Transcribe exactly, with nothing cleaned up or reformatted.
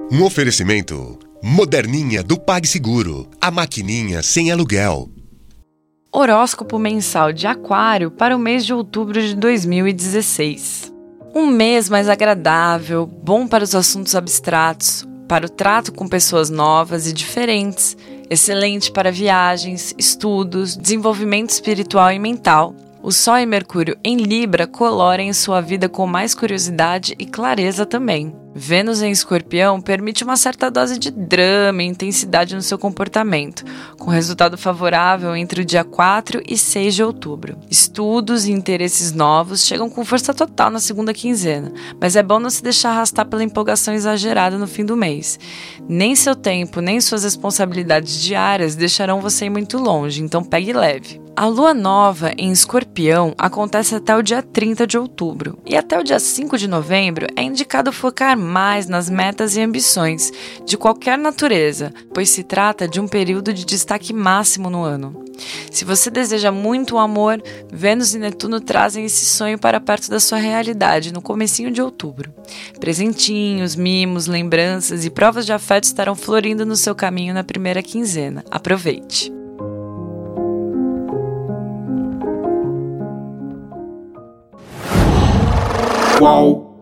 Um oferecimento moderninha do PagSeguro, a maquininha sem aluguel. Horóscopo mensal de Aquário para o mês de outubro de dois mil e dezesseis. Um mês mais agradável, bom para os assuntos abstratos, para o trato com pessoas novas e diferentes, excelente para viagens, estudos, desenvolvimento espiritual e mental. O Sol e Mercúrio em Libra colorem sua vida com mais curiosidade e clareza também. Vênus em Escorpião permite uma certa dose de drama e intensidade no seu comportamento, com resultado favorável entre o dia quatro e seis de outubro. Estudos e interesses novos chegam com força total na segunda quinzena, mas é bom não se deixar arrastar pela empolgação exagerada no fim do mês. Nem seu tempo, nem suas responsabilidades diárias deixarão você ir muito longe, então pegue leve. A lua nova em Escorpião acontece até o dia trinta de outubro e até o dia cinco de novembro é indicado focar mais nas metas e ambições de qualquer natureza, pois se trata de um período de destaque máximo no ano. Se você deseja muito o amor, Vênus e Netuno trazem esse sonho para perto da sua realidade no comecinho de outubro. Presentinhos, mimos, lembranças e provas de afeto estarão florindo no seu caminho na primeira quinzena. Aproveite! Qual?